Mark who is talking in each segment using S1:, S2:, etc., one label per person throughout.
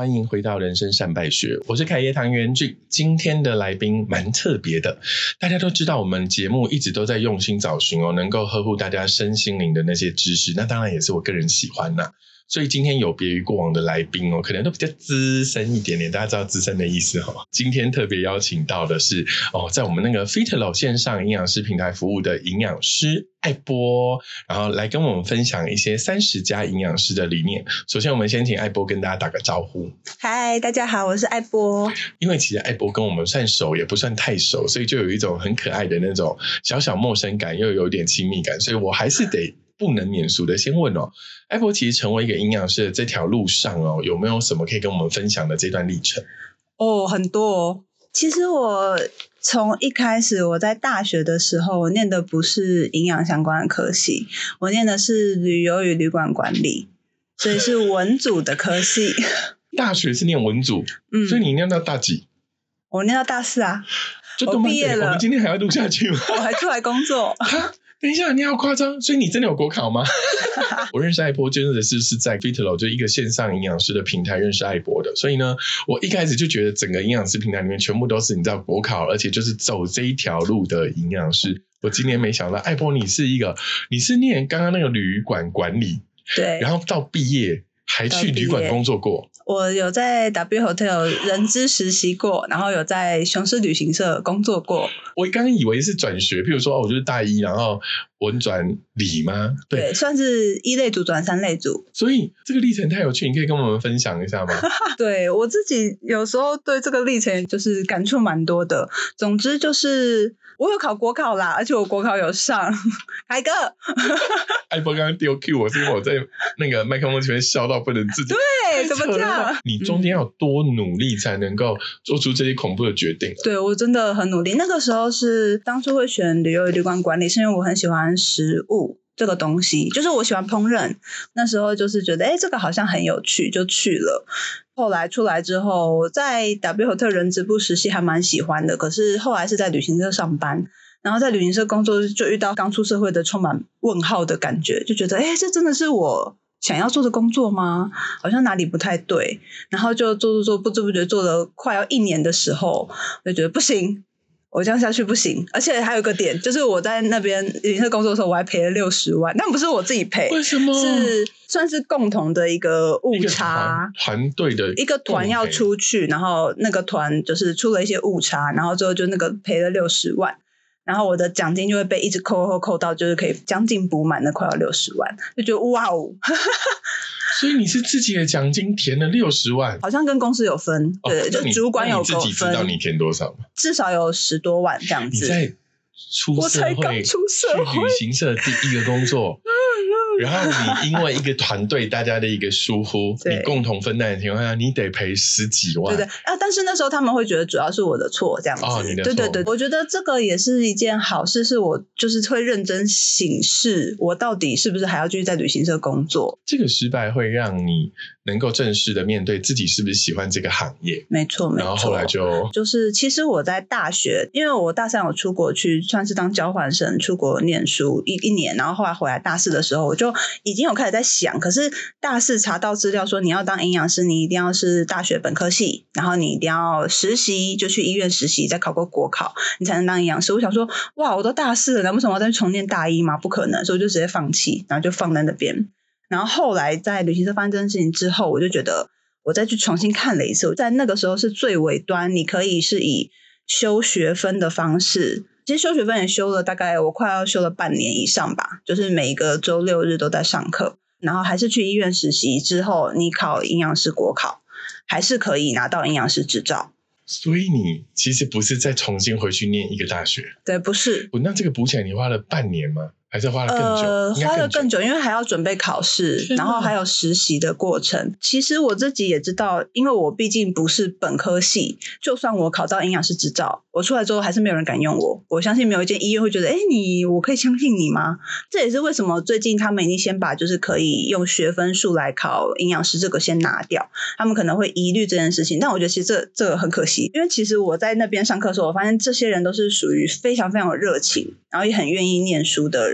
S1: 欢迎回到人生善败学，我是凯爷唐元俊。今天的来宾蛮特别的，大家都知道我们节目一直都在用心找寻能够呵护大家身心灵的那些知识，那当然也是我个人喜欢所以今天有别于过往的来宾可能都比较资深一点点，大家知道资深的意思今天特别邀请到的是在我们那个 Fitlo 线上营养师平台服务的营养师艾波，然后来跟我们分享一些30加营养师的理念。首先我们先请艾波跟大家打个招呼。
S2: 嗨，大家好，我是艾波。
S1: 因为其实艾波跟我们算熟也不算太熟，所以就有一种很可爱的那种小小陌生感，又有点亲密感，所以我还是得不能免俗的先问艾波其实成为一个营养师的这条路上有没有什么可以跟我们分享的这段历程？
S2: 很多其实我从一开始我在大学的时候，我念的不是营养相关的科系，我念的是旅游与旅馆管理，所以是文组的科系。
S1: 大学是念文组，所以你念到大几？
S2: 我念到大4啊，我毕业了。
S1: 我们今天还要录下去吗？
S2: 我还出来工作。
S1: 等一下，你好夸张！所以你真的有国考吗？我认识艾波真的是在 Fitlo 就一个线上营养师的平台认识艾波的，所以呢，我一开始就觉得整个营养师平台里面全部都是你知道国考，而且就是走这一条路的营养师。我今年没想到艾波你是念刚刚那个旅馆管理，
S2: 对，
S1: 然后到毕业还去旅馆工作过。
S2: 我有在 W Hotel 人资实习过，然后有在雄狮旅行社工作过。
S1: 我刚刚以为是转学，譬如说我就是大一然后文转理吗？
S2: 对，算是1类组转3类组。
S1: 所以这个历程太有趣，你可以跟我们分享一下吗？
S2: 对，我自己有时候对这个历程就是感触蛮多的。总之就是我有考国考啦，而且我国考有上。凯哥
S1: 艾波刚刚丢 Q 我是因为我在那个麦克风前面笑到不能自己。
S2: 对，怎么这样？
S1: 你中间要多努力才能够做出这些恐怖的决定
S2: 对，我真的很努力。那个时候是当初会选旅游与旅馆管理，是因为我很喜欢食物这个东西，就是我喜欢烹饪。那时候就是觉得这个好像很有趣，就去了。后来出来之后，在 W Hotel 人资部实习还蛮喜欢的，可是后来是在旅行社上班，然后在旅行社工作就遇到刚出社会的充满问号的感觉，就觉得这真的是我想要做的工作吗？好像哪里不太对，然后就做，不知不觉做了快要1年的时候，就觉得不行，我这样下去不行。而且还有一个点，就是我在那边旅行社工作的时候，我还赔了60万，但不是我自己赔，
S1: 为什么？
S2: 是算是共同的一个误差，
S1: 团队的
S2: 一个团要出去，然后那个团就是出了一些误差，然后最后就那个赔了60万。然后我的奖金就会被一直扣到就是可以将近补满的快要60万，就觉得哇哦。
S1: 所以你是自己的奖金填了60万，
S2: 好像跟公司有分，对，就主管有分。
S1: 你自己知道你填多少吗？
S2: 至少有10多万这样子。
S1: 你在我才刚出社会去旅行社第一个工作然后你因为一个团队大家的一个疏忽你共同分担的情况下，你得赔10几万。
S2: 对但是那时候他们会觉得主要是我的错这样子。
S1: 你的错。
S2: 对，我觉得这个也是一件好事，是我就是会认真省视我到底是不是还要继续在旅行社工作。
S1: 这个失败会让你能够正式的面对自己是不是喜欢这个行业。
S2: 没错。
S1: 然后后来
S2: 就是其实我在大学，因为我大3有出国去算是当交换生出国念书一年，然后后来回来大4的时候我就已经有开始在想，可是大4查到资料说你要当营养师你一定要是大学本科系，然后你一定要实习，就去医院实习再考过国考你才能当营养师。我想说哇，我都大4了，那为什么要再重念大1吗？不可能，所以我就直接放弃，然后就放在那边。然后后来在旅行社发生这件事情之后，我就觉得我再去重新看了一次，在那个时候是最尾端，你可以是以修学分的方式，其实修学分也修了大概我快要修了半年以上吧，就是每一个周6日都在上课，然后还是去医院实习之后你考营养师国考还是可以拿到营养师执照。
S1: 所以你其实不是再重新回去念一个大学？
S2: 对，不是。
S1: 那这个补起来你花了半年吗？还是花了更久？
S2: 花了更久，因为还要准备考试，然后还有实习的过程。其实我自己也知道，因为我毕竟不是本科系，就算我考到营养师执照，我出来之后还是没有人敢用我。我相信没有一间医院会觉得我可以相信你吗？这也是为什么最近他们已经先把就是可以用学分数来考营养师这个先拿掉，他们可能会疑虑这件事情。但我觉得其实这个很可惜，因为其实我在那边上课的时候，我发现这些人都是属于非常非常有热情，然后也很愿意念书的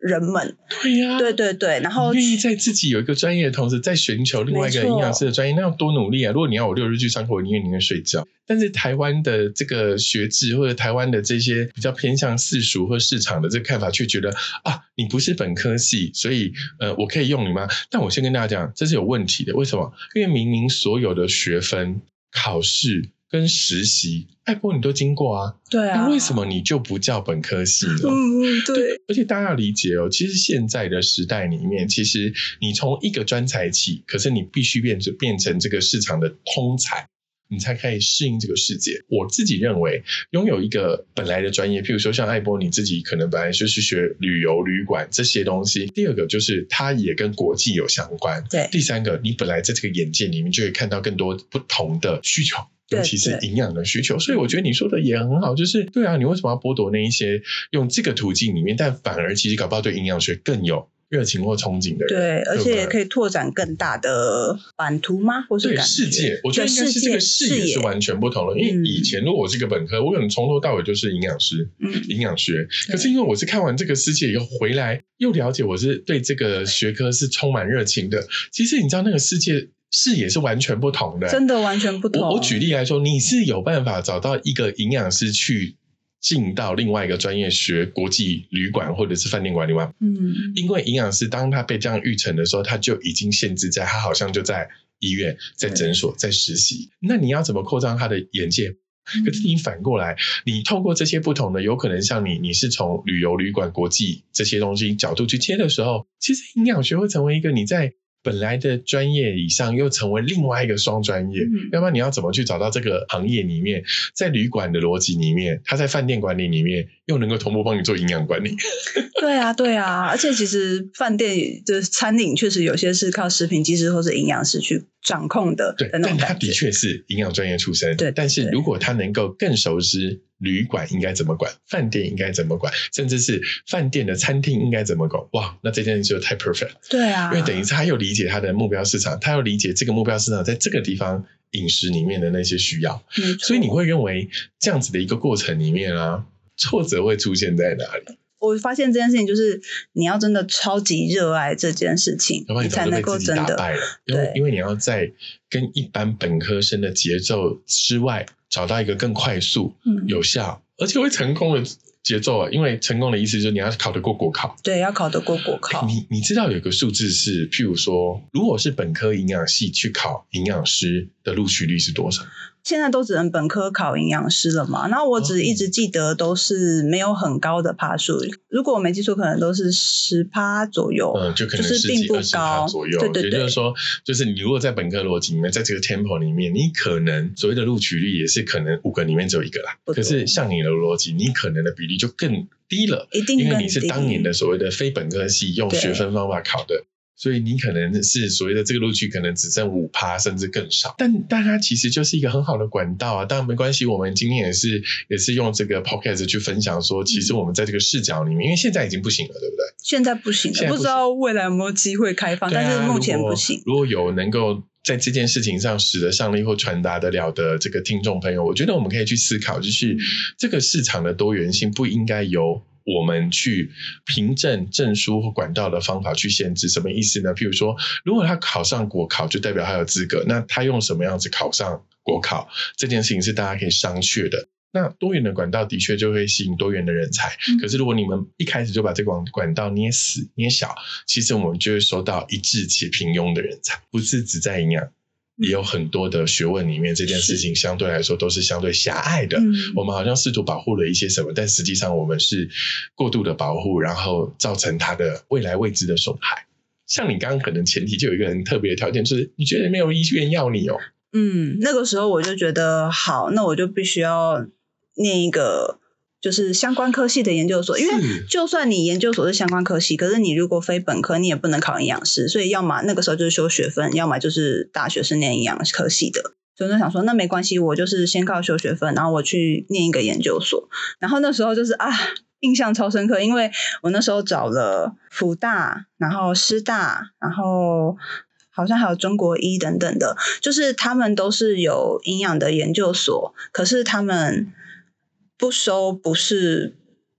S2: 人们。
S1: 对呀、
S2: 对对对，然后
S1: 你愿意在自己有一个专业的同时，再寻求另外一个营养师的专业，那要多努力啊！如果你要我6日去上课，我宁愿睡觉。但是台湾的这个学制或者台湾的这些比较偏向世俗或市场的这个看法，却觉得啊，你不是本科系，所以我可以用你吗？但我先跟大家讲，这是有问题的。为什么？因为明明所有的学分、考试跟实习，艾波你都经过啊。
S2: 对啊，
S1: 那为什么你就不叫本科系呢？
S2: 对。
S1: 而且大家要理解哦，其实现在的时代里面，其实你从一个专才起，可是你必须变成这个市场的通才，你才可以适应这个世界。我自己认为，拥有一个本来的专业，譬如说像艾波你自己可能本来就是学旅游、旅馆这些东西。第二个就是它也跟国际有相关。
S2: 对。
S1: 第三个，你本来在这个眼界里面就会看到更多不同的需求。尤其是营养的需求，所以我觉得你说的也很好，就是对啊，你为什么要剥夺那一些用这个途径里面，但反而其实搞不好对营养学更有热情或憧憬的人，
S2: 对，而且也可以拓展更大的版图吗？或是
S1: 对世界，我觉得应该是这个视野是完全不同的。因为以前如果我是个本科，我可能从头到尾就是营养师、营养学。可是因为我是看完这个世界以后回来，又了解我是对这个学科是充满热情的。其实你知道那个世界视野是完全不同的，
S2: 真的完全不同。
S1: 我举例来说，你是有办法找到一个营养师去进到另外一个专业学国际旅馆或者是饭店管理吗？因为营养师当他被这样育成的时候，他就已经限制在他好像就在医院、在诊所、在实习。那你要怎么扩张他的眼界？可是你反过来，你透过这些不同的，有可能像你是从旅游、旅馆、国际这些东西角度去切的时候，其实营养学会成为一个你在本来的专业以上又成为另外一个双专业。要不然你要怎么去找到这个行业里面，在旅馆的逻辑里面，他在饭店管理里面又能够同步帮你做营养管理？
S2: 对啊对啊，而且其实饭店的餐饮确实有些是靠食品技师或是营养师去掌控的。
S1: 对，但他的确是营养专业出身。对，但是如果他能够更熟知旅馆应该怎么管，饭店应该怎么管，甚至是饭店的餐厅应该怎么管，哇，那这件事就太 perfect 了。
S2: 对啊，
S1: 因为等于是他又理解他的目标市场，他又理解这个目标市场在这个地方饮食里面的那些需要。所以你会认为这样子的一个过程里面啊，挫折会出现在哪里？
S2: 我发现这件事情就是你要真的超级热爱这件事情，你才能够真的
S1: 打败了。因为你要在跟一般本科生的节奏之外找到一个更快速、有效而且会成功的节奏啊。因为成功的意思就是你要考得过国考。
S2: 对，要考得过国考。
S1: 你知道有个数字是，譬如说如果是本科营养系去考营养师的录取率是多少？
S2: 现在都只能本科考营养师了嘛，然后我只一直记得都是没有很高的趴数，如果我没记错可能都是10%左右，
S1: 就可能
S2: 就是并不高，
S1: 左右。
S2: 对对对，
S1: 也就是说，就是你如果在本科逻辑里面，在这个 tempo 里面，你可能所谓的录取率也是可能5个里面只有1个啦。可是像你的逻辑，你可能的比例就更低了，
S2: 一定更低，
S1: 因为你是当年的所谓的非本科系用学分方法考的。所以你可能是所谓的这个录取可能只剩5%甚至更少，但它其实就是一个很好的管道啊。当然没关系，我们今天也是用这个 podcast 去分享说，其实我们在这个视角里面，因为现在已经不行了，对不对？
S2: 现在不行了，不知道未来有没有机会开放，但是目前不行。
S1: 如果有能够在这件事情上使得上力或传达得了的这个听众朋友，我觉得我们可以去思考，就是这个市场的多元性不应该由我们去凭证书或管道的方法去限制。什么意思呢？譬如说，如果他考上国考就代表他有资格，那他用什么样子考上国考，这件事情是大家可以商榷的。那多元的管道的确就会吸引多元的人才，可是如果你们一开始就把这个管道捏死捏小，其实我们就会收到一致且平庸的人才。不是只在营养，也有很多的学问里面，这件事情相对来说都是相对狭隘的。我们好像试图保护了一些什么，但实际上我们是过度的保护，然后造成它的未来未知的损害。像你刚刚可能前提就有一个很特别的条件，就是你觉得没有医院要你哦。
S2: 那个时候我就觉得好，那我就必须要念一个就是相关科系的研究所，因为就算你研究所是相关科系，可是你如果非本科你也不能考营养师，所以要么那个时候就是修学分，要么就是大学是念营养科系的。所以我就想说那没关系，我就是先靠修学分，然后我去念一个研究所。然后那时候就是印象超深刻，因为我那时候找了辅大，然后师大，然后好像还有中国医等等的，就是他们都是有营养的研究所，可是他们不收不是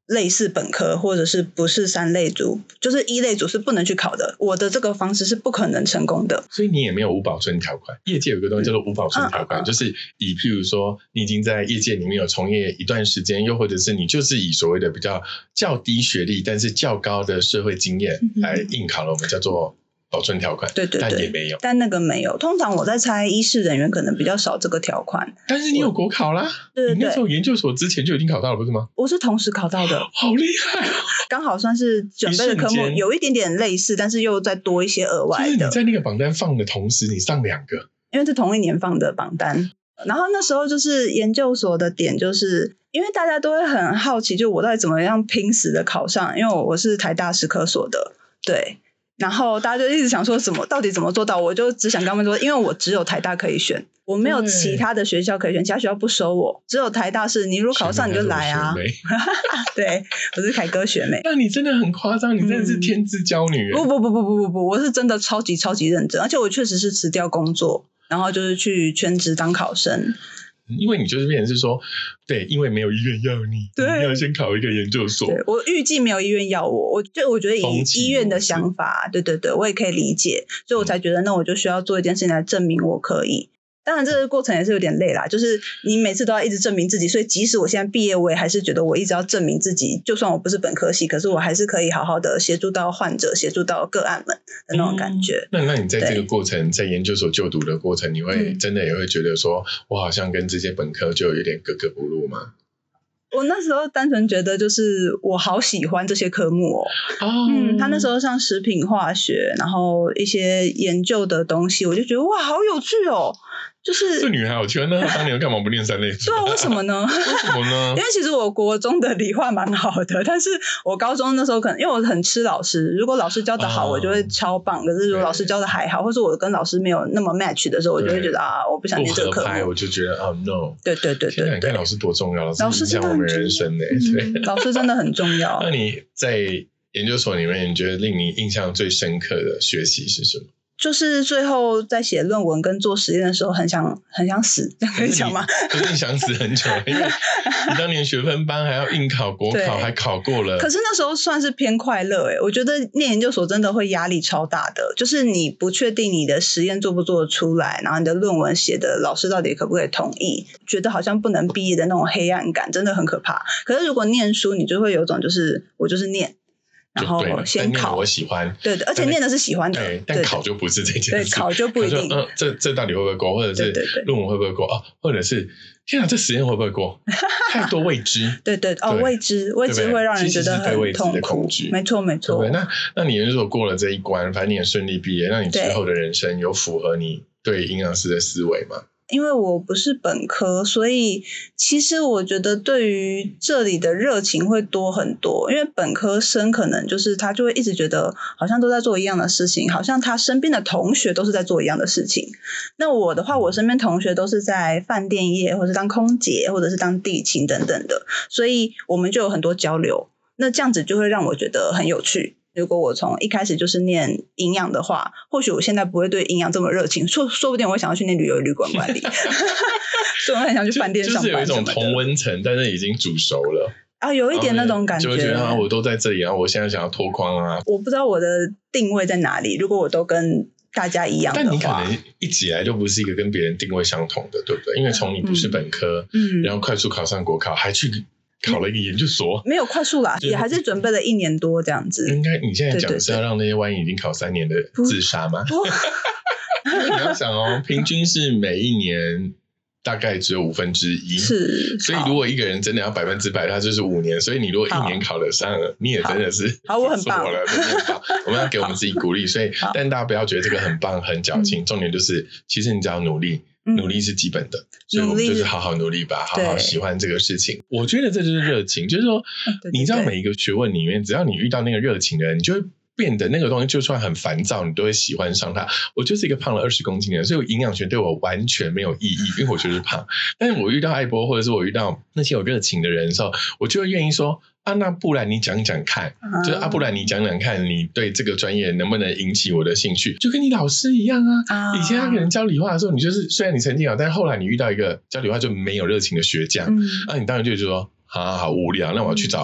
S2: 类似本科或者是不是3类组，就是1类组是不能去考的。我的这个方式是不可能成功的。
S1: 所以你也没有无保存条款。业界有个东西叫做无保存条款，就是以譬如说你已经在业界里面有从业一段时间，又或者是你就是以所谓的比较低学历但是较高的社会经验来应考了，我们叫做保存条款。
S2: 对对对，
S1: 但也没有。
S2: 但那个没有。通常我在猜医事人员可能比较少这个条款。
S1: 但是你有国考啦。
S2: 对对对，
S1: 你那时候研究所之前就已经考到了不是吗？
S2: 我是同时考到的。
S1: 好厉害哦，
S2: 刚好算是准备的科目有一点点类似，但是又再多一些额外的。
S1: 就是你在那个榜单放的同时你上2个，
S2: 因为是同一年放的榜单。然后那时候就是研究所的点，就是因为大家都会很好奇，就我到底怎么样拼死的考上，因为我是台大史科所的，对，然后大家就一直想说到底怎么做到，我就只想跟他们说，因为我只有台大可以选，我没有其他的学校可以选，其他学校不收我，只有台大是你如果考上你就来啊。对，我是凯哥学妹。
S1: 那你真的很夸张，你真的是天之骄女。
S2: 不，我是真的超级认真，而且我确实是辞掉工作，然后就是去全职当考生。
S1: 因为你就是变成是说，对，因为没有医院要你，你要先考一个研究所。
S2: 对，我预计没有医院要我觉得以医院的想法，对，我也可以理解，所以我才觉得那我就需要做一件事情来证明我可以。当然这个过程也是有点累啦，就是你每次都要一直证明自己，所以即使我现在毕业，我也还是觉得我一直要证明自己，就算我不是本科系，可是我还是可以好好的协助到患者，协助到个案们的那种感觉。
S1: 那你在这个过程，在研究所就读的过程，你会真的也会觉得说，我好像跟这些本科就有点格格不入吗？
S2: 我那时候单纯觉得就是我好喜欢这些科目他那时候像食品化学，然后一些研究的东西，我就觉得哇好有趣哦。就是
S1: 这女孩好奇怪，那她当年干嘛不念3类组？
S2: 对啊，为什么呢？
S1: 为什么呢？
S2: 因为其实我国中的理化蛮好的，但是我高中那时候可能因为我很吃老师，如果老师教的好，我就会超棒。可是如果老师教的还好，或是我跟老师没有那么 match 的时候，我就会觉得我不想念这个科目，
S1: 我就觉得no。
S2: 对，
S1: 你看老师多重要，
S2: 老师真的
S1: 影响我们人生
S2: 对，老师真的很重要。
S1: 那你在研究所里面，你觉得令你印象最深刻的学习是什么？
S2: 就是最后在写论文跟做实验的时候很想死，这样可以讲吗？
S1: 可是你想死很久，因为你当年学分班还要应考国考，还考过了。
S2: 可是那时候算是偏快乐我觉得念研究所真的会压力超大的，就是你不确定你的实验做不做得出来，然后你的论文写的老师到底可不可以同意，觉得好像不能毕业的那种黑暗感真的很可怕。可是如果念书你就会有种就是我就是念，然后先考，
S1: 我喜欢，
S2: 对，而且念的是喜欢的，
S1: 对，但考就不是这件事，
S2: 对，考就不一定。
S1: 这到底会不会过，或者是论文会不会过或者是天啊，这实验会不会过？太多未知，
S2: 对，未知会让人觉得很痛苦，没错。
S1: 对，那你如果过了这一关，反正你也顺利毕业，那你之后的人生有符合你对营养师的思维吗？
S2: 因为我不是本科，所以其实我觉得对于这里的热情会多很多。因为本科生可能就是他就会一直觉得好像都在做一样的事情，好像他身边的同学都是在做一样的事情。那我的话，我身边同学都是在饭店业，或是当空姐，或者是当地勤等等的，所以我们就有很多交流。那这样子就会让我觉得很有趣。如果我从一开始就是念营养的话，或许我现在不会对营养这么热情，说不定我会想要去念旅游旅馆管理所以我很想去饭店上班，
S1: 就是有一种同温层，但是已经煮熟了
S2: 有一点那种感觉，
S1: 就会觉得我都在这里，然后我现在想要脱框
S2: 我不知道我的定位在哪里，如果我都跟大家一样的话，
S1: 但你可能一直以来就不是一个跟别人定位相同的，对不对？因为从你不是本科然后快速考上国考，还去考了一个研究所，
S2: 没有快速啦，也还是准备了1年多这样子。
S1: 应该你现在讲的是要让那些万一已经考3年的自杀吗？因为你要想平均是每一年大概只有1/5，
S2: 是，
S1: 所以如果一个人真的要100%，他就是5年。所以你如果1年考得上了，你也真的是
S2: 好，我很棒了，
S1: 很棒。我们要给我们自己鼓励，所以但大家不要觉得这个很棒很矫情，重点就是其实你只要努力。努力是基本的，所以我们就是好好努力吧，好好喜欢这个事情。我觉得这就是热情，就是说你知道每一个学问里面，只要你遇到那个热情的人，你就会变得那个东西就算很烦躁，你都会喜欢上它。我就是一个胖了20公斤的人，所以营养学对我完全没有意义，因为我就是胖。但是我遇到艾波，或者是我遇到那些有热情的人的时候，我就会愿意说那不然你讲讲看，就是不然你讲讲看，你对这个专业能不能引起我的兴趣？就跟你老师一样以前他可能教理化的时候，你就是虽然你成绩好，但是后来你遇到一个教理化就没有热情的学匠，你当然就说好无聊，那我要去找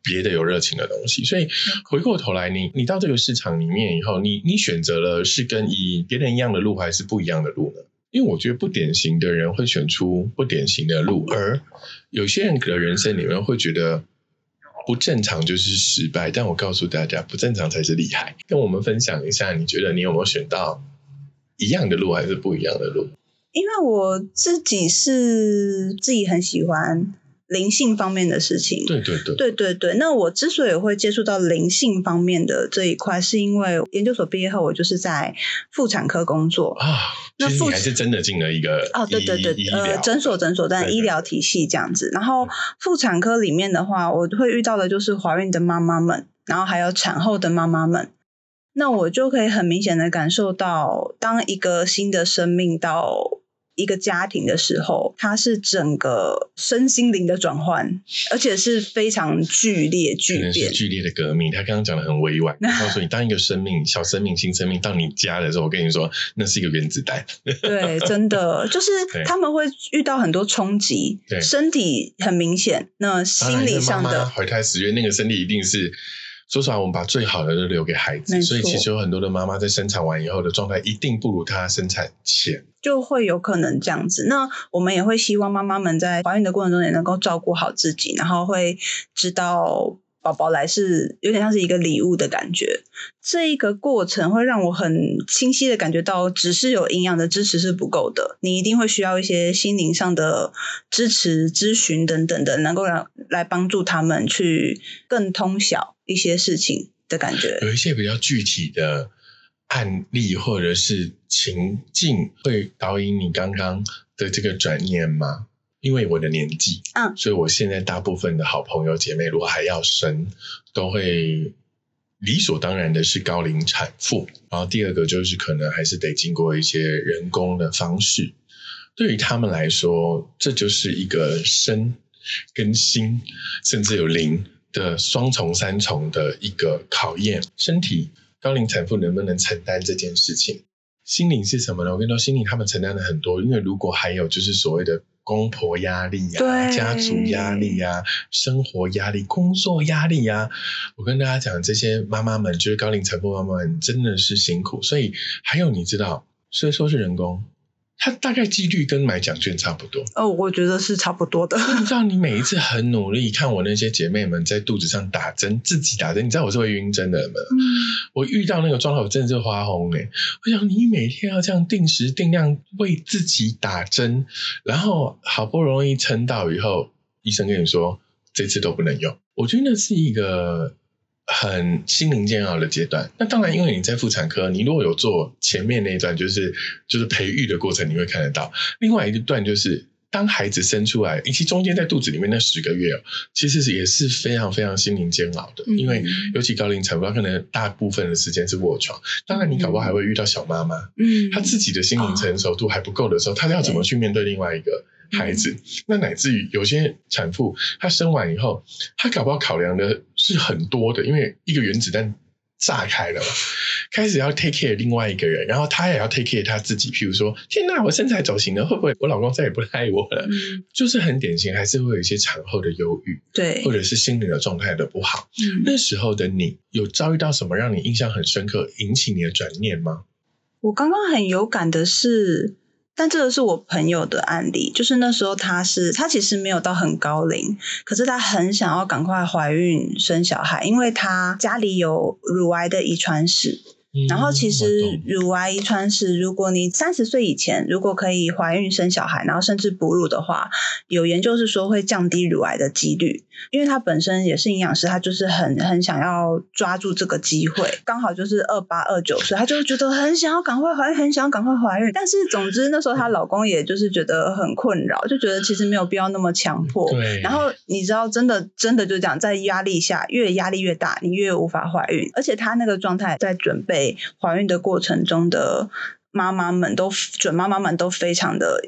S1: 别的有热情的东西。所以回过头来，你到这个市场里面以后，你选择了是跟别人一样的路还是不一样的路呢？因为我觉得不典型的人会选出不典型的路，而有些人的人生里面会觉得不正常就是失败，但我告诉大家，不正常才是厉害。跟我们分享一下，你觉得你有没有选到一样的路还是不一样的路？
S2: 因为我自己很喜欢灵性方面的事情。对。那我之所以会接触到灵性方面的这一块，是因为研究所毕业后，我就是在妇产科工作
S1: 啊。那其实你还是真的进了一个
S2: 对，诊所但医疗体系这样子。然后妇产科里面的话，我会遇到的就是怀孕的妈妈们，然后还有产后的妈妈们。那我就可以很明显的感受到，当一个新的生命到一个家庭的时候，它是整个身心灵的转换，而且是非常剧烈巨变，可能
S1: 是剧烈的革命。他刚刚讲的很委婉，告诉你，当一个生命、小生命、新生命到你家的时候，我跟你说，那是一个原子弹。
S2: 对，真的就是他们会遇到很多冲击，身体很明显，那心理上的
S1: 怀胎10月那个身体一定是。说实话，我们把最好的都留给孩子，所以其实有很多的妈妈在生产完以后的状态一定不如她生产前，
S2: 就会有可能这样子。那我们也会希望妈妈们在怀孕的过程中也能够照顾好自己，然后会知道宝宝来是有点像是一个礼物的感觉。这一个过程会让我很清晰的感觉到，只是有营养的支持是不够的，你一定会需要一些心灵上的支持、咨询等等的，能够来帮助他们去更通晓一些事情的感觉。
S1: 有一些比较具体的案例或者是情境会导引你刚刚的这个转念吗？因为我的年纪，所以我现在大部分的好朋友姐妹如果还要生，都会理所当然的是高龄产妇，然后第二个就是可能还是得经过一些人工的方式。对于他们来说，这就是一个身跟心甚至有灵的双重三重的一个考验。身体高龄产妇能不能承担这件事情？心灵是什么呢？我跟你说，心灵他们承担了很多，因为如果还有就是所谓的公婆压力啊、家族压力啊、生活压力、工作压力啊，我跟大家讲，这些妈妈们就是高龄产妇妈妈们真的是辛苦。所以还有你知道，虽然说是人工，它大概几率跟买奖券差不多。
S2: 我觉得是差不多的。
S1: 你知道，你每一次很努力，看我那些姐妹们在肚子上打针，自己打针，你知道我是会晕针的人吗？我遇到那个状态，我真的是花红欸。我想你每天要这样定时定量为自己打针，然后好不容易撑到以后，医生跟你说这次都不能用。我觉得那是一个很心灵煎熬的阶段。那当然因为你在妇产科，你如果有做前面那一段就是培育的过程，你会看得到。另外一段就是当孩子生出来以及中间在肚子里面那10个月其实也是非常非常心灵煎熬的。因为尤其高龄产妇，她可能大部分的时间是卧床，当然你搞不好还会遇到小妈妈，她自己的心灵成熟度还不够的时候，她要怎么去面对另外一个孩子？那乃至于有些产妇她生完以后，她搞不好考量的是很多的，因为一个原子弹炸开了嘛，开始要 take care 另外一个人，然后他也要 take care 他自己。譬如说，天哪，我身材走形了，会不会我老公再也不爱我了？就是很典型，还是会有一些产后的忧郁，
S2: 对，
S1: 或者是心理的状态的不好。那时候的你有遭遇到什么让你印象很深刻，引起你的转念吗？
S2: 我刚刚很有感的是，但这个是我朋友的案例，就是那时候他其实没有到很高龄，可是他很想要赶快怀孕生小孩，因为他家里有乳癌的遗传史。然后其实乳癌遗传史，如果你30岁以前如果可以怀孕生小孩，然后甚至哺乳的话，有研究是说会降低乳癌的几率。因为他本身也是营养师，他就是很想要抓住这个机会，刚好就是28、29岁，他就觉得很想要赶快怀孕，很想要赶快怀孕。但是总之那时候她老公也就是觉得很困扰，就觉得其实没有必要那么强迫。
S1: 对。
S2: 然后你知道真的就这样，在压力下越压力越大，你越无法怀孕。而且他那个状态在准备怀孕的过程中的准妈妈们都非常的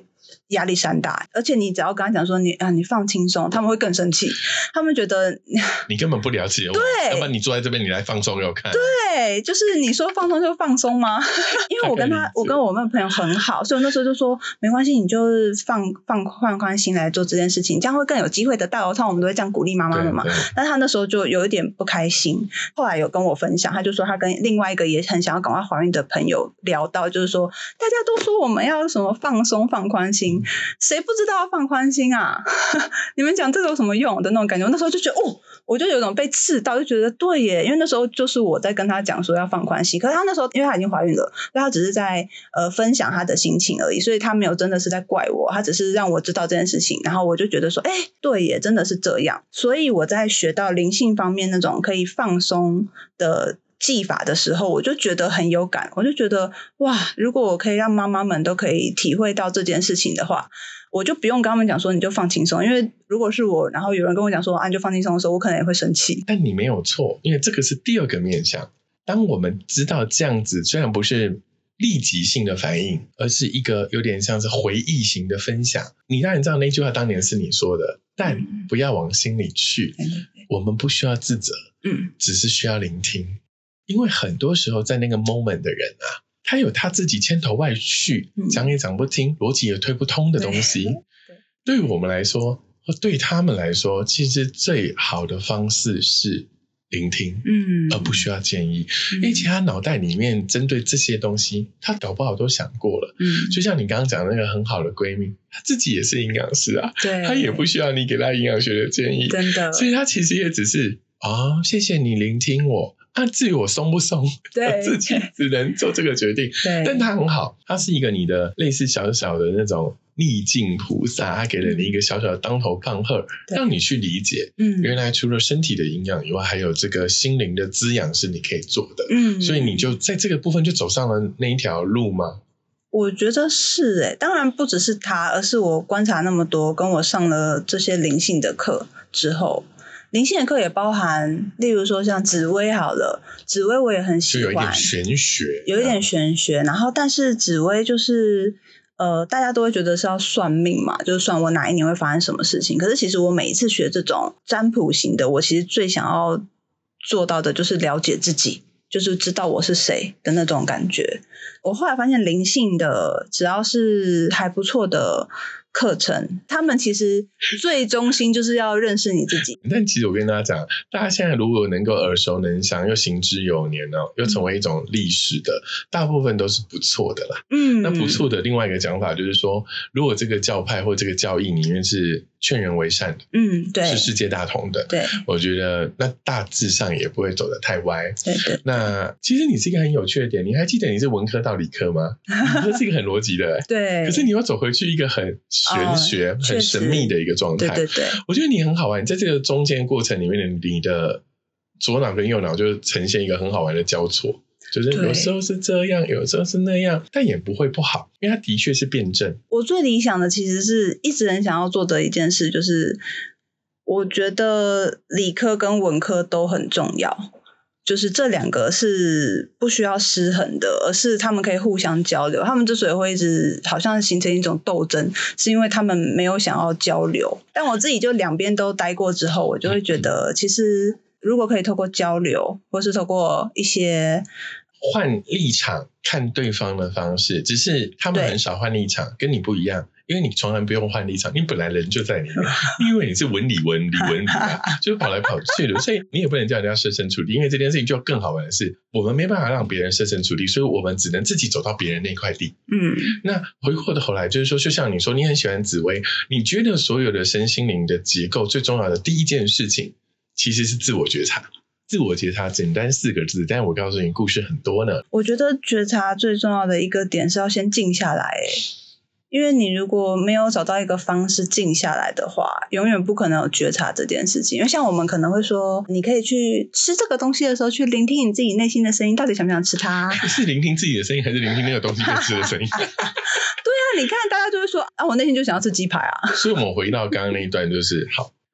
S2: 压力山大，而且你只要跟他讲说你放轻松，他们会更生气，他们觉得
S1: 你根本不了解我，
S2: 对，
S1: 要不然你坐在这边你来放松给我看。
S2: 对，就是你说放松就放松吗？因为我跟我们朋友很好，所以我那时候就说没关系，你就是放宽心来做这件事情，这样会更有机会得到。通常我们都会这样鼓励妈妈们嘛。但他那时候就有一点不开心，后来有跟我分享，他就说他跟另外一个也很想要赶快怀孕的朋友聊到，就是说大家都说我们要什么放松放宽心，谁不知道要放宽心啊？你们讲这个有什么用的那种感觉？我那时候就觉得我就有种被刺到，就觉得对耶，因为那时候就是我在跟他讲说要放宽心，可是他那时候因为他已经怀孕了，所以他只是在分享他的心情而已，所以他没有真的是在怪我，他只是让我知道这件事情，然后我就觉得说对耶，真的是这样。所以我在学到灵性方面那种可以放松的技法的时候，我就觉得很有感，我就觉得哇，如果我可以让妈妈们都可以体会到这件事情的话，我就不用跟他们讲说你就放轻松，因为如果是我，然后有人跟我讲说你就放轻松的时候，我可能也会生气。
S1: 但你没有错，因为这个是第二个面向。当我们知道这样子，虽然不是立即性的反应，而是一个有点像是回忆型的分享。你当然知道那句话当年是你说的，但不要往心里去。我们不需要自责，只是需要聆听。因为很多时候在那个 moment 的人啊，他有他自己千头万绪，讲也讲不听，逻辑也推不通的东西。对于我们来说，或对他们来说，其实最好的方式是聆听，而不需要建议。因为其实他脑袋里面针对这些东西，他搞不好都想过了。就像你刚刚讲的那个很好的闺蜜，她自己也是营养师啊，她也不需要你给她营养学的建议，
S2: 真的。
S1: 所以她其实也只是谢谢你聆听我。至于我松不松，
S2: 对，
S1: 自己只能做这个决定。但他很好，他是一个你的类似小小的那种逆境菩萨，他给了你一个小小的当头棒喝，让你去理解，原来除了身体的营养以外，还有这个心灵的滋养是你可以做的。所以你就在这个部分就走上了那一条路吗？
S2: 我觉得是当然不只是他，而是我观察那么多，跟我上了这些灵性的课之后。灵性的课也包含例如说像紫微好了，紫微我也很喜欢，
S1: 就有一点玄学，
S2: 有一点玄学，然后但是紫微就是大家都会觉得是要算命嘛，就是算我哪一年会发生什么事情。可是其实我每一次学这种占卜型的，我其实最想要做到的就是了解自己，就是知道我是谁的那种感觉。我后来发现灵性的只要是还不错的课程，他们其实最中心就是要认识你自己。
S1: 但其实我跟大家讲，大家现在如果能够耳熟能详又行之有年又成为一种历史的，大部分都是不错的啦。那不错的另外一个讲法就是说，如果这个教派或这个教义里面是劝人为善的，
S2: 对，
S1: 是世界大同的，对，我觉得那大致上也不会走得太歪。
S2: 对。
S1: 那其实你是一个很有趣的点，你还记得你是文科到理科吗？这是一个很逻辑的，
S2: 对。
S1: 可是你要走回去一个很玄学、很神秘的一个状态。
S2: 对。
S1: 我觉得你很好玩，在这个中间过程里面，你的左脑跟右脑就呈现一个很好玩的交错。就是有时候是这样，有时候是那样，但也不会不好，因为它的确是辩证。
S2: 我最理想的其实是一直很想要做的一件事，就是我觉得理科跟文科都很重要，就是这两个是不需要失衡的，而是他们可以互相交流。他们之所以会一直好像形成一种斗争，是因为他们没有想要交流。但我自己就两边都待过之后，我就会觉得其实如果可以透过交流，或是透过一些
S1: 换立场看对方的方式，只是他们很少换立场，跟你不一样，因为你从来不用换立场，你本来人就在里面，因为你是文理就是跑来跑去的，所以你也不能叫人家设身处地。因为这件事情就更好玩的是，我们没办法让别人设身处地，所以我们只能自己走到别人那块地。那回过头来就是说，就像你说你很喜欢紫微，你觉得所有的身心灵的结构最重要的第一件事情其实是自我觉察。自我觉察简单4个字，但我告诉你故事很多呢。
S2: 我觉得觉察最重要的一个点是要先静下来，因为你如果没有找到一个方式静下来的话，永远不可能有觉察这件事情。因为像我们可能会说，你可以去吃这个东西的时候去聆听你自己内心的声音，到底想不想吃它？
S1: 是聆听自己的声音还是聆听那个东西被吃的声音？
S2: 对啊，你看大家就会说我内心就想要吃鸡排啊。
S1: 所以我们回到刚刚那一段，就是好，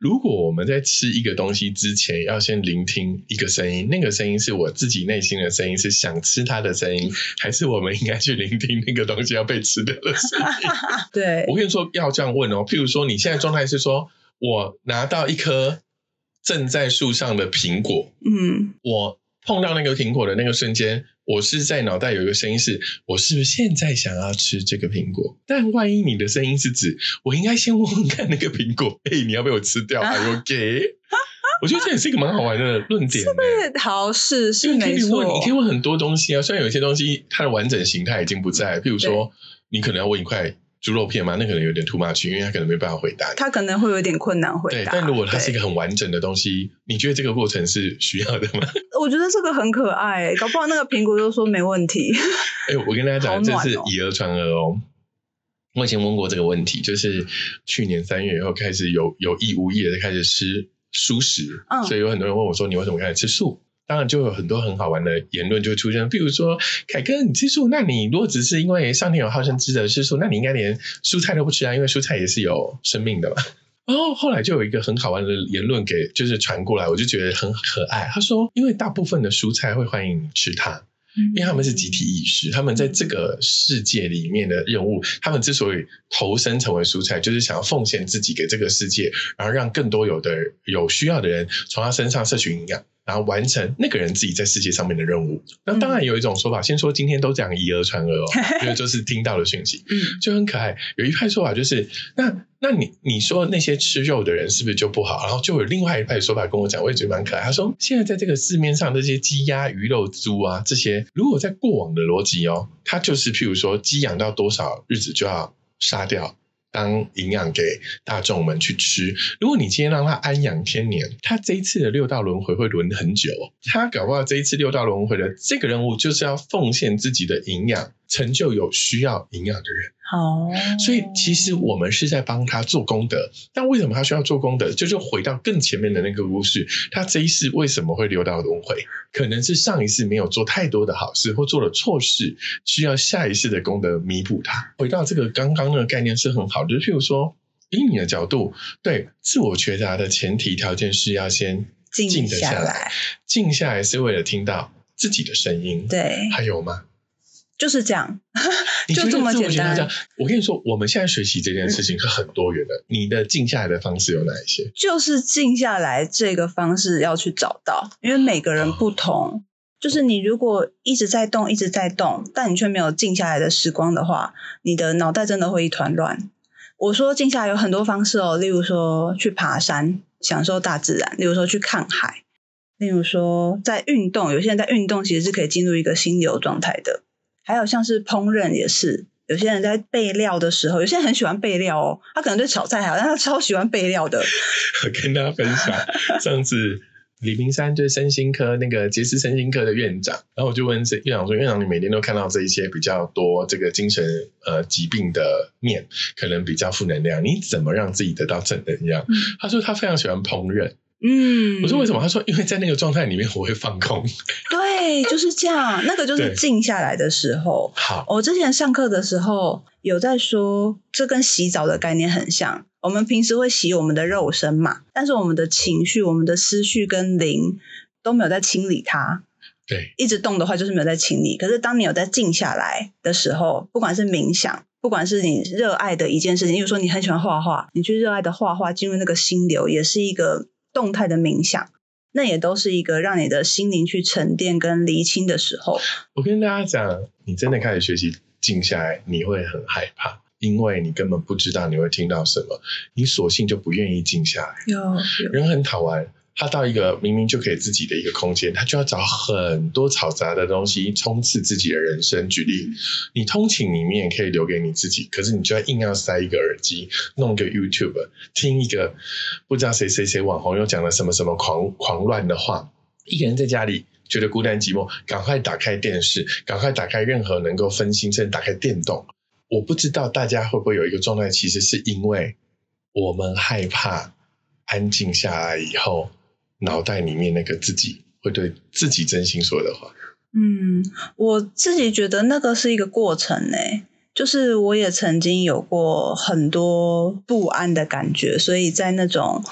S1: 如果我们在吃一个东西之前要先聆听一个声音，那个声音是我自己内心的声音，是想吃它的声音，还是我们应该去聆听那个东西要被吃掉的声音？
S2: 对，
S1: 我跟你说要这样问哦。譬如说你现在状态是说我拿到一颗正在树上的苹果，我碰到那个苹果的那个瞬间，我是在脑袋有一个声音是我是不是现在想要吃这个苹果，但万一你的声音是指我应该先问问看那个苹果你要被我吃掉还有给我觉得这也是一个蛮好玩的论点，
S2: 好是没错，
S1: 你可以问很多东西啊，虽然有些东西它的完整形态已经不在，譬如说你可能要问一块猪肉片嘛，那可能有点 too much， 因为他可能没办法回答你，
S2: 他可能会有点困难回答。
S1: 对，但如果它是一个很完整的东西，你觉得这个过程是需要的吗？
S2: 我觉得这个很可爱，搞不好那个苹果就说没问题。
S1: 我跟大家讲，这是以讹传讹哦。我以前问过这个问题，就是去年3月以后开始有意无意的开始吃蔬食，所以有很多人问我说你为什么开始吃素？当然就有很多很好玩的言论就会出现，比如说凯哥你吃素，那你如果只是因为上天有好生之德吃素，那你应该连蔬菜都不吃啊，因为蔬菜也是有生命的嘛。然后后来就有一个很好玩的言论就是传过来，我就觉得很可爱。他说因为大部分的蔬菜会欢迎你吃它，因为他们是集体意识，他们在这个世界里面的任务，他们之所以投身成为蔬菜，就是想要奉献自己给这个世界，然后让更多有需要的人从他身上摄取营养，然后完成那个人自己在世界上面的任务。那当然有一种说法，先说今天都讲以讹传讹哦，因为就是听到的讯息，就很可爱。有一派说法就是，那你说那些吃肉的人是不是就不好？然后就有另外一派说法跟我讲，我也觉得蛮可爱。他说，现在在这个市面上这些鸡鸭鱼肉猪啊，这些如果在过往的逻辑哦，它就是譬如说鸡养到多少日子就要杀掉，当营养给大众们去吃。如果你今天让它安养天年，它这一次的6道轮回会轮很久，它搞不好这一次6道轮回的这个任务就是要奉献自己的营养，成就有需要营养的人。所以其实我们是在帮他做功德，但为什么他需要做功德？就是回到更前面的那个故事，他这一世为什么会6道轮回？可能是上一世没有做太多的好事，或做了错事，需要下一世的功德弥补他。回到这个刚刚那个概念是很好的，就是譬如说以你的角度，对自我觉察的前提条件是要先静得下来，静下来是为了听到自己的声音。
S2: 对，
S1: 还有吗？
S2: 就是这样
S1: 就
S2: 这么简单。
S1: 我跟你说，我们现在学习这件事情是很多元的，你的静下来的方式有哪一些？
S2: 就是静下来这个方式要去找到，因为每个人不同，就是你如果一直在动但你却没有静下来的时光的话，你的脑袋真的会一团乱。我说静下来有很多方式哦，例如说去爬山享受大自然，例如说去看海，例如说在运动，有些人在运动其实是可以进入一个心流状态的。还有像是烹饪也是，有些人在备料的时候，有些人很喜欢备料哦，他可能对炒菜还好，但他超喜欢备料的。
S1: 我跟大家分享，上次李明山就是身心科那个杰斯身心科的院长，然后我就问院长说，院长你每天都看到这一些比较多这个精神疾病的面，可能比较负能量，你怎么让自己得到正能量？他说他非常喜欢烹饪。我说为什么？他说因为在那个状态里面我会放空。
S2: 对，就是这样，那个就是静下来的时候。
S1: 好，
S2: 我之前上课的时候有在说，这跟洗澡的概念很像。我们平时会洗我们的肉身嘛，但是我们的情绪、我们的思绪跟灵都没有在清理它。
S1: 对，
S2: 一直动的话就是没有在清理。可是当你有在静下来的时候，不管是冥想，不管是你热爱的一件事情，例如说你很喜欢画画，你去热爱的画画，进入那个心流，也是一个动态的冥想，那也都是一个让你的心灵去沉淀跟厘清的时候。
S1: 我跟大家讲，你真的开始学习静下来，你会很害怕，因为你根本不知道你会听到什么，你索性就不愿意静下来。人很讨厌，他到一个明明就可以自己的一个空间，他就要找很多嘈杂的东西冲刺自己的人生。举例，你通勤里面可以留给你自己，可是你就要硬要塞一个耳机，弄个 YouTube 听一个不知道谁网红又讲了什么什么狂乱的话，一个人在家里觉得孤单寂寞，赶快打开电视，赶快打开任何能够分心，甚至打开电动。我不知道大家会不会有一个状态，其实是因为我们害怕安静下来以后，脑袋里面那个自己会对自己真心说的话。
S2: 我自己觉得那个是一个过程欸，就是我也曾经有过很多不安的感觉，所以在那种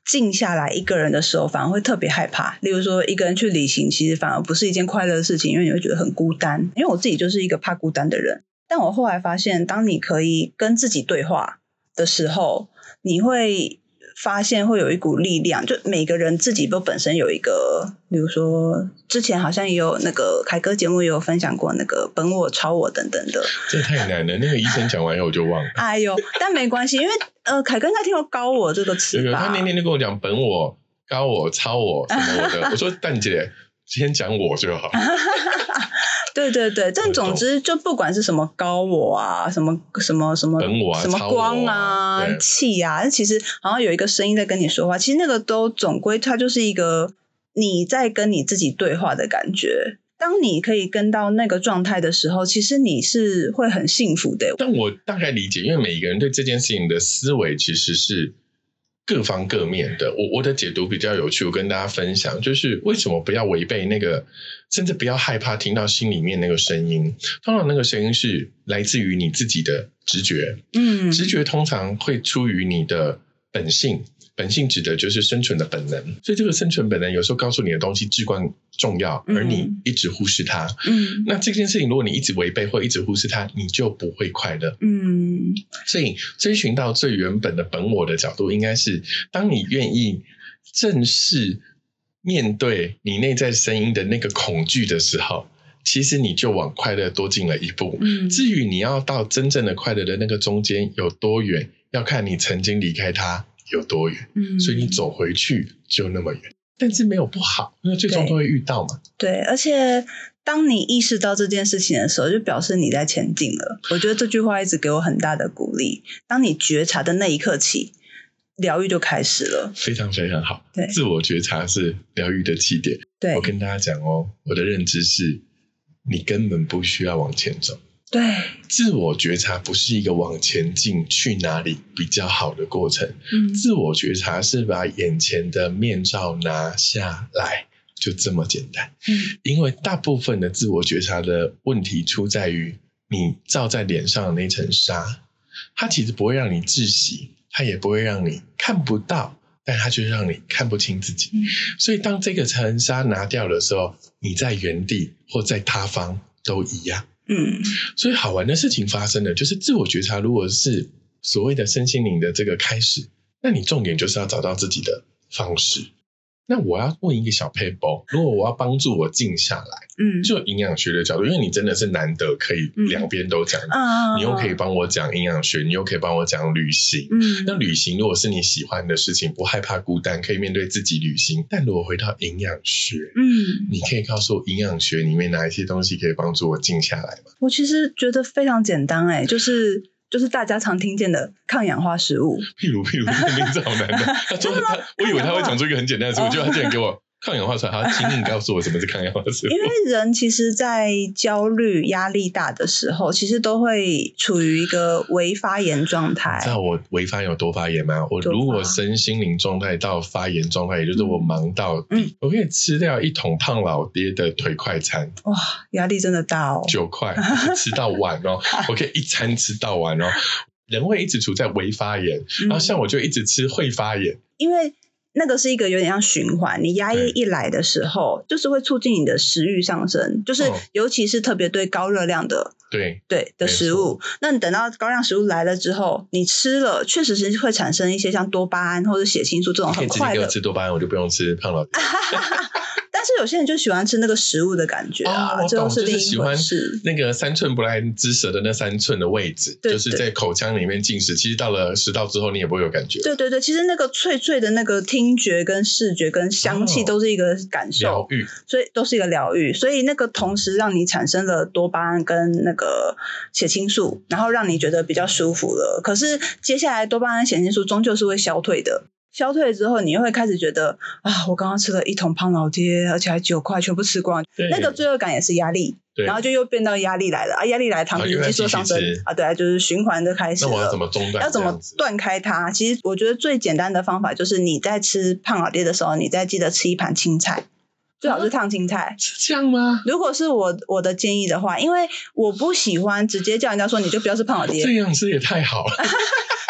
S2: 静下来一个人的时候反而会特别害怕，例如说一个人去旅行其实反而不是一件快乐的事情，因为你会觉得很孤单，因为我自己就是一个怕孤单的人，但我后来发现当你可以跟自己对话的时候，你会发现会有一股力量，就每个人自己都本身有一个，比如说之前好像也有那个凯哥节目也有分享过那个本我、超我等等的，
S1: 这太难了，那个医生讲完以后我就忘了。
S2: 哎呦，但没关系，因为凯哥应该听过高我这个词吧？
S1: 他那天就跟我讲本我、高我、超我什么我的，我说蛋姐先讲我就好。
S2: 对对对，但总之就不管是什么高我啊，什么
S1: 本我啊，
S2: 什么光啊、气啊，其实好像有一个声音在跟你说话，其实那个都总归它就是一个你在跟你自己对话的感觉。当你可以跟到那个状态的时候，其实你是会很幸福的。
S1: 但我大概理解，因为每一个人对这件事情的思维其实是各方各面的。我的解读比较有趣，我跟大家分享，就是为什么不要违背那个，甚至不要害怕听到心里面那个声音。通常那个声音是来自于你自己的直觉，直觉通常会出于你的本性。本性指的就是生存的本能，所以这个生存本能有时候告诉你的东西至关重要，而你一直忽视它。那这件事情如果你一直违背或一直忽视它，你就不会快乐。所以追寻到最原本的本我的角度，应该是当你愿意正视面对你内在声音的那个恐惧的时候，其实你就往快乐多进了一步。至于你要到真正的快乐的那个中间有多远，要看你曾经离开它有多远。所以你走回去就那么远，但是没有不好，因为最终都会遇到嘛。
S2: 对，而且当你意识到这件事情的时候，就表示你在前进了。我觉得这句话一直给我很大的鼓励。当你觉察的那一刻起，疗愈就开始了。非常非常好。对，
S1: 自我觉察是疗愈的起点。
S2: 对，
S1: 我跟大家讲哦，我的认知是你根本不需要往前走。
S2: 对，
S1: 自我觉察不是一个往前进去哪里比较好的过程。自我觉察是把眼前的面罩拿下来，就这么简单。因为大部分的自我觉察的问题出在于你罩在脸上的那层纱，它其实不会让你窒息，它也不会让你看不到，但它就让你看不清自己。所以当这个层纱拿掉的时候，你在原地或在他方都一样。所以好玩的事情发生了，就是自我觉察如果是所谓的身心灵的这个开始，那你重点就是要找到自己的方式。那我要问一个小撇步，如果我要帮助我静下来，就营养学的角度，因为你真的是难得可以两边都讲，你又可以帮我讲营养学，你又可以帮我讲旅行。那旅行如果是你喜欢的事情，不害怕孤单，可以面对自己旅行。但如果回到营养学，你可以告诉我营养学里面哪一些东西可以帮助我静下来吗？
S2: 我其实觉得非常简单就是大家常听见的抗氧化食物，
S1: 譬如这个名字好难的。我以为他会讲出一个很简单的词，我觉得他竟然给我抗氧化食物。好，请你告诉我什么是抗氧化食物。
S2: 因为人其实在焦虑压力大的时候，其实都会处于一个微发炎状态。
S1: 知道我微发炎有多发炎吗？我如果身心灵状态到发炎状态，也就是我忙到底，我可以吃掉一桶胖老爹的腿快餐。
S2: 哇，压力真的大哦
S1: ！9块吃到完哦，我可以一餐吃到完哦。人会一直处在微发炎，然后像我就一直吃会发炎，
S2: 因为那个是一个有点像循环，你压抑一来的时候，就是会促进你的食欲上升，就是尤其是特别对高热量的对的食物。那你等到高热量食物来了之后，你吃了，确实是会产生一些像多巴胺或者血清素这种很快乐。
S1: 可以直接给我吃多巴胺，我就不用吃胖老爹。
S2: 但是有些人就喜欢吃那个食物的感觉啊，这都是另一回事。
S1: 就是喜欢那个3寸不烂之舌的那3寸的位置，就是在口腔里面进食。其实到了食道之后，你也不会有感觉。对
S2: 对对，其实那个脆脆的那个听觉跟视觉跟香气都是一个感受，
S1: 疗愈，
S2: 所以都是一个疗愈。所以那个同时让你产生了多巴胺跟那个血清素，然后让你觉得比较舒服了。可是接下来多巴胺、血清素终究是会消退的。消退之后，你又会开始觉得啊，我刚刚吃了一桶胖老爹，而且还9块，全部吃光。那个罪恶感也是压力，然后就又变到压力来了啊，压力来，糖皮质激素上升啊，对啊，就是循环的开始了。
S1: 那我要怎么中断？
S2: 要怎么断开它？其实我觉得最简单的方法就是你在吃胖老爹的时候，你再记得吃一盘青菜。最好是烫青菜，
S1: 是这样吗？
S2: 如果是我的建议的话，因为我不喜欢直接叫人家说你就不要吃胖老爹，
S1: 这样吃也太好了。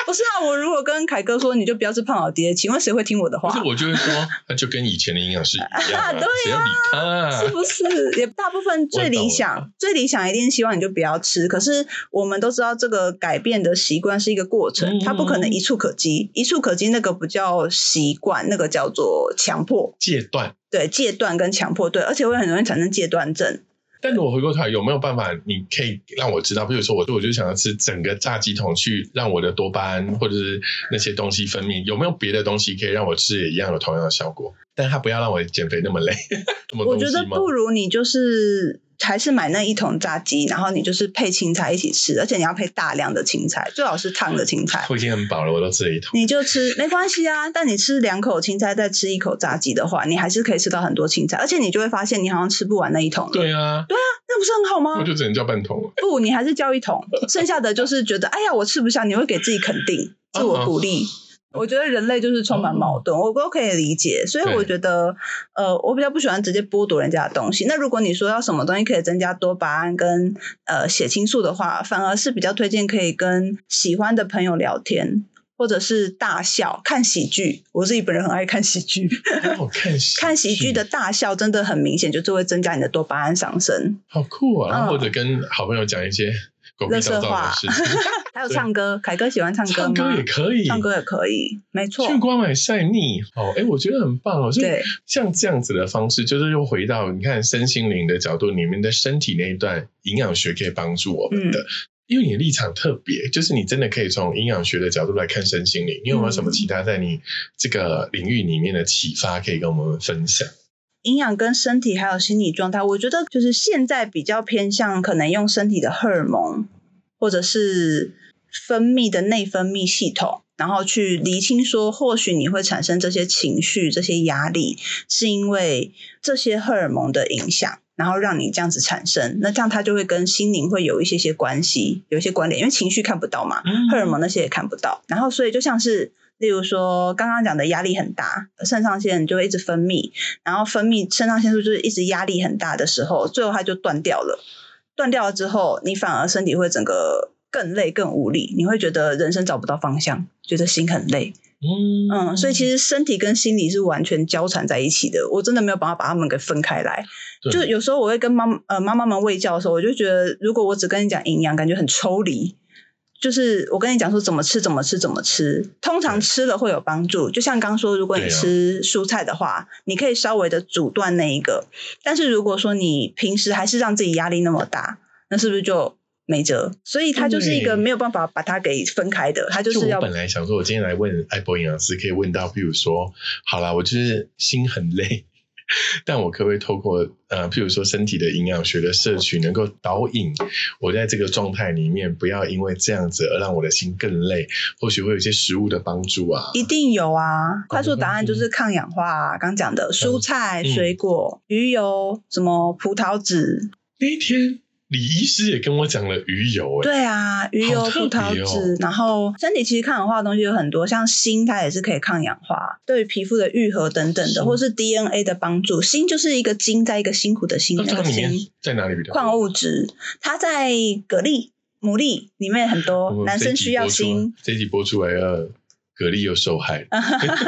S2: 不是啊，我如果跟凯哥说你就不要吃胖老爹，请问谁会听我的话？
S1: 不是，我就会说，那就跟以前的营养师一样啊，
S2: 对啊，
S1: 谁要理他啊？
S2: 是不是？也大部分最理想一定希望你就不要吃。可是我们都知道，这个改变的习惯是一个过程，它不可能一触可及。一触可及那个不叫习惯，那个叫做强迫
S1: 戒断。
S2: 对，戒断跟强迫，对，而且会很容易产生戒断症。
S1: 但是我回过头来，有没有办法你可以让我知道，比如说我就想要吃整个炸鸡桶去让我的多巴胺或者是那些东西分泌，有没有别的东西可以让我吃也一样有同样的效果？但它不要让我减肥那么累。
S2: 我觉得不如你就是还是买那一桶炸鸡，然后你就是配青菜一起吃，而且你要配大量的青菜，最好是烫的青菜。
S1: 我已经很饱了，我都吃了一桶。
S2: 你就吃没关系啊，但你吃2口青菜再吃1口炸鸡的话，你还是可以吃到很多青菜，而且你就会发现你好像吃不完那一桶了。
S1: 对啊，
S2: 那不是很好吗？
S1: 我就只能叫半桶了。
S2: 不，你还是叫1桶，剩下的就是觉得哎呀我吃不下，你会给自己肯定，自我鼓励。我觉得人类就是充满矛盾，我都可以理解，所以我觉得我比较不喜欢直接剥夺人家的东西。那如果你说要什么东西可以增加多巴胺跟血清素的话，反而是比较推荐可以跟喜欢的朋友聊天，或者是大笑看喜剧。我自己本人很爱看喜剧，看喜剧的大笑真的很明显就是会增加你的多巴胺上升，
S1: 好酷啊。然后或者跟好朋友讲一些狗屁倒灶的事情，
S2: 还有唱歌，凯哥喜欢唱歌吗？
S1: 唱歌也可以，
S2: 唱歌也可以，没错。
S1: 去光买晒腻我觉得很棒哦。所以像这样子的方式，就是又回到你看身心灵的角度，你们的身体那一段营养学可以帮助我们的。因为你的立场特别，就是你真的可以从营养学的角度来看身心灵。你有没有什么其他在你这个领域里面的启发可以跟我们分享？
S2: 营养跟身体还有心理状态，我觉得就是现在比较偏向可能用身体的荷尔蒙或者是分泌的内分泌系统，然后去厘清说或许你会产生这些情绪这些压力是因为这些荷尔蒙的影响，然后让你这样子产生，那这样它就会跟心灵会有一些关系，有一些关联，因为情绪看不到嘛，荷尔蒙那些也看不到，然后所以就像是例如说刚刚讲的压力很大，肾上腺就会一直分泌，然后分泌肾上腺素就是一直压力很大的时候，最后它就断掉了。断掉了之后，你反而身体会整个更累更无力，你会觉得人生找不到方向，觉得心很累。所以其实身体跟心理是完全交缠在一起的，我真的没有办法把他们给分开来。就有时候我会跟妈妈们卫教的时候，我就觉得如果我只跟你讲营养，感觉很抽离。就是我跟你讲说怎么吃，通常吃了会有帮助。就像刚说，如果你吃蔬菜的话，你可以稍微的阻断那一个。但是如果说你平时还是让自己压力那么大，那是不是就没辙？所以它就是一个没有办法把它给分开的。它就是要。
S1: 我本来想说，我今天来问艾博营养师，可以问到，譬如说，好啦，我就是心很累。但我可不可以透过譬如说身体的营养学的摄取能够导引我在这个状态里面，不要因为这样子而让我的心更累，或许会有一些食物的帮助啊。
S2: 一定有啊，快速答案就是抗氧化啊，刚讲的蔬菜、水果、鱼油，什么葡萄籽。
S1: 那一天李医师也跟我讲了鱼油。
S2: 对啊，鱼油、葡萄籽，然后身体其实抗氧化的东西有很多，像锌它也是可以抗氧化，对于皮肤的愈合等等的，或是 DNA 的帮助。锌就是一个金在一个辛苦的辛，那个锌
S1: 在哪里比较多？
S2: 矿物质，它在蛤蜊、牡蛎里面很多，男生需要锌。
S1: 这一集播出来了，蛤蜊又受害了。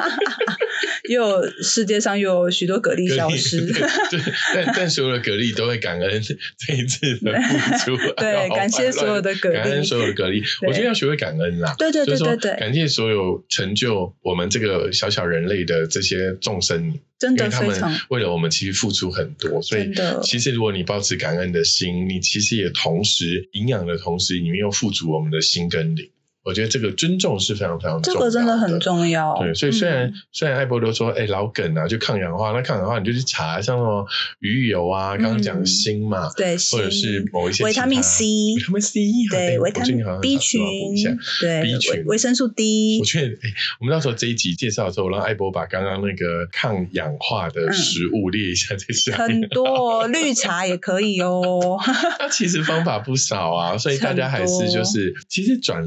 S2: 世界上又有许多蛤蜊消失。
S1: 对，但所有的蛤蜊都会感恩这一次的付出。
S2: 对，感谢所有的蛤蜊，
S1: 感恩所有的蛤蜊。我觉得要学会感恩啦。
S2: 对，
S1: 感谢所有成就我们这个小小人类的这些众生，
S2: 真的
S1: 因为他们为了我们其实付出很多，所以其实如果你保持感恩的心，你其实也同时营养的同时，你又富足我们的心跟灵。我觉得这个尊重是非常非常重要的，
S2: 这个真的很重要。
S1: 对，所以虽然艾波都说老梗啊，就抗氧化，那抗氧化你就去查像什么鱼油啊，刚刚讲的锌嘛，
S2: 对，
S1: 或者是某一些
S2: 维他命 C，
S1: 对，
S2: 维他命 B 群，对
S1: B 群，
S2: 维生素 D。
S1: 我觉得我们到时候这一集介绍的时候，让艾波把刚刚那个抗氧化的食物列一下在下面。
S2: 很多绿茶也可以哦。
S1: 它其实方法不少啊，所以大家还是就是其实转了一个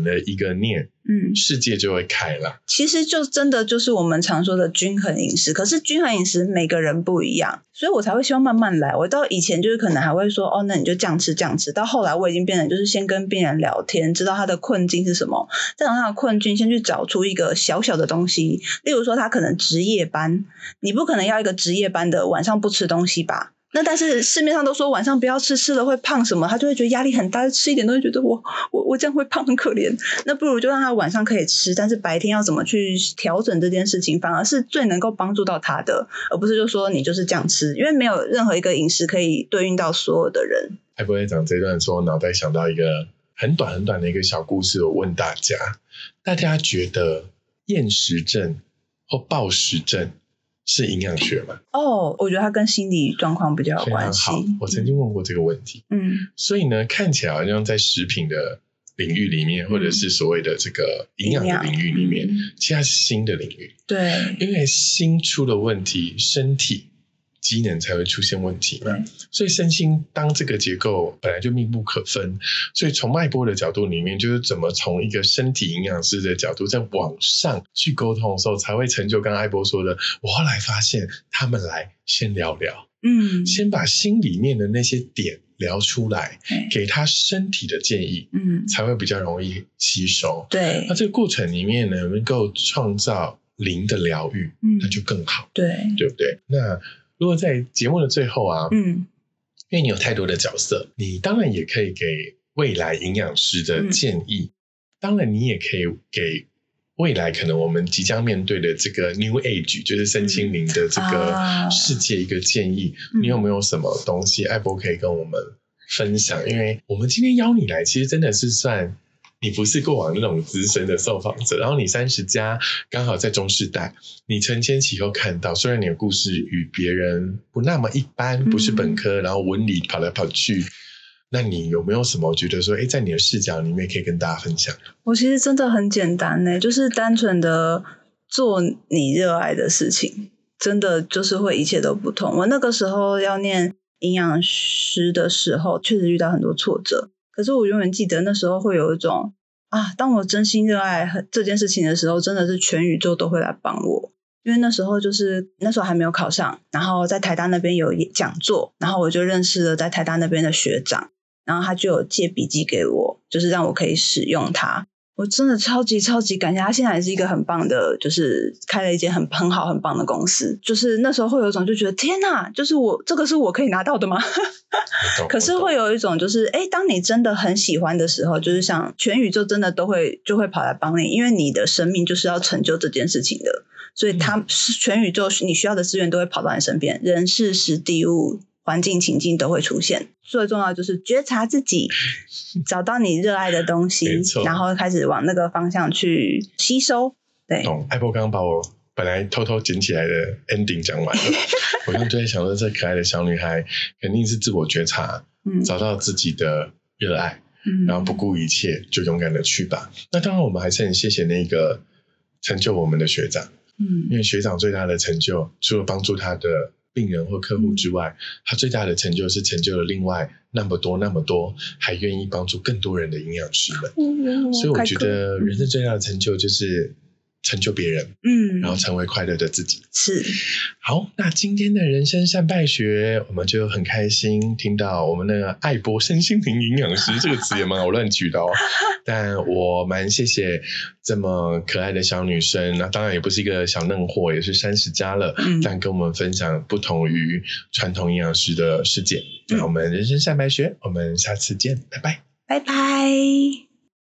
S1: 个念，世界就会开了。
S2: 其实就真的就是我们常说的均衡饮食，可是均衡饮食每个人不一样，所以我才会希望慢慢来。我到以前就是可能还会说那你就这样吃这样吃，到后来我已经变成就是先跟病人聊天，知道他的困境是什么，再从他的困境先去找出一个小小的东西，例如说他可能值夜班，你不可能要一个值夜班的晚上不吃东西吧，那但是市面上都说晚上不要吃，吃了会胖什么，他就会觉得压力很大，吃一点都会觉得我这样会胖很可怜，那不如就让他晚上可以吃，但是白天要怎么去调整这件事情反而是最能够帮助到他的，而不是就说你就是这样吃，因为没有任何一个饮食可以对应到所有的人。
S1: 艾博会长这段说，我脑袋想到一个很短很短的一个小故事，我问大家觉得厌食症或暴食症是营养学吗？
S2: 我觉得它跟心理状况比较有关系。
S1: 非常好，我曾经问过这个问题。所以呢，看起来好像在食品的领域里面，或者是所谓的这个营养的领域里面，其实它是新的领域。
S2: 对，
S1: 因为心出了问题，身体机能才会出现问题嘛，所以身心当这个结构本来就密不可分，所以从脉波的角度里面，就是怎么从一个身体营养师的角度再往上去沟通的时候，才会成就刚刚艾波说的，我后来发现他们来先聊聊，先把心里面的那些点聊出来，给他身体的建议，才会比较容易吸收。
S2: 对，
S1: 那这个过程里面呢，能够创造灵的疗愈，那就更好，对不对？那如果在节目的最后啊，因为你有太多的角色，你当然也可以给未来营养师的建议，当然你也可以给未来可能我们即将面对的这个 New Age， 就是身心灵的这个世界一个建议，你有没有什么东西艾波可以跟我们分享？因为我们今天邀你来，其实真的是算你不是过往那种资深的受访者，然后你30+刚好在中世代，你承前启后看到，虽然你的故事与别人不那么一般，不是本科，然后文理跑来跑去，那你有没有什么觉得说在你的视角里面可以跟大家分享？
S2: 我其实真的很简单耶，就是单纯的做你热爱的事情，真的就是会一切都不同。我那个时候要念营养师的时候确实遇到很多挫折，可是我永远记得那时候会有一种当我真心热爱这件事情的时候，真的是全宇宙都会来帮我。因为那时候还没有考上，然后在台大那边有讲座，然后我就认识了在台大那边的学长，然后他就有借笔记给我，就是让我可以使用它。我真的超级超级感谢他，现在也是一个很棒的，就是开了一间很好很棒的公司。就是那时候会有一种就觉得天哪，就是这个是我可以拿到的吗？可是会有一种就是当你真的很喜欢的时候，就是像全宇宙真的就会跑来帮你，因为你的生命就是要成就这件事情的，所以它是全宇宙你需要的资源都会跑到你身边，人事时地物环境情境都会出现。最重要就是觉察自己，找到你热爱的东西，然后开始往那个方向去吸收。对，
S1: 艾波刚刚把我本来偷偷捡起来的 ending 讲完了，我刚刚就在想说，这可爱的小女孩肯定是自我觉察，找到自己的热爱，然后不顾一切就勇敢的去吧。那当然我们还是很谢谢那个成就我们的学长，因为学长最大的成就除了帮助他的病人或客户之外，他最大的成就是成就了另外那么多还愿意帮助更多人的营养师们。所以我觉得人生最大的成就就是成就别人，然后成为快乐的自己。
S2: 是。
S1: 好，那今天的人生善败学，我们就很开心听到我们那个艾波身心灵营养师这个词也蛮好乱取的哦。但我蛮谢谢这么可爱的小女生，那当然也不是一个小嫩货，也是30+了，但跟我们分享不同于传统营养师的世界。那我们人生善败学，我们下次见，拜拜，
S2: 拜拜。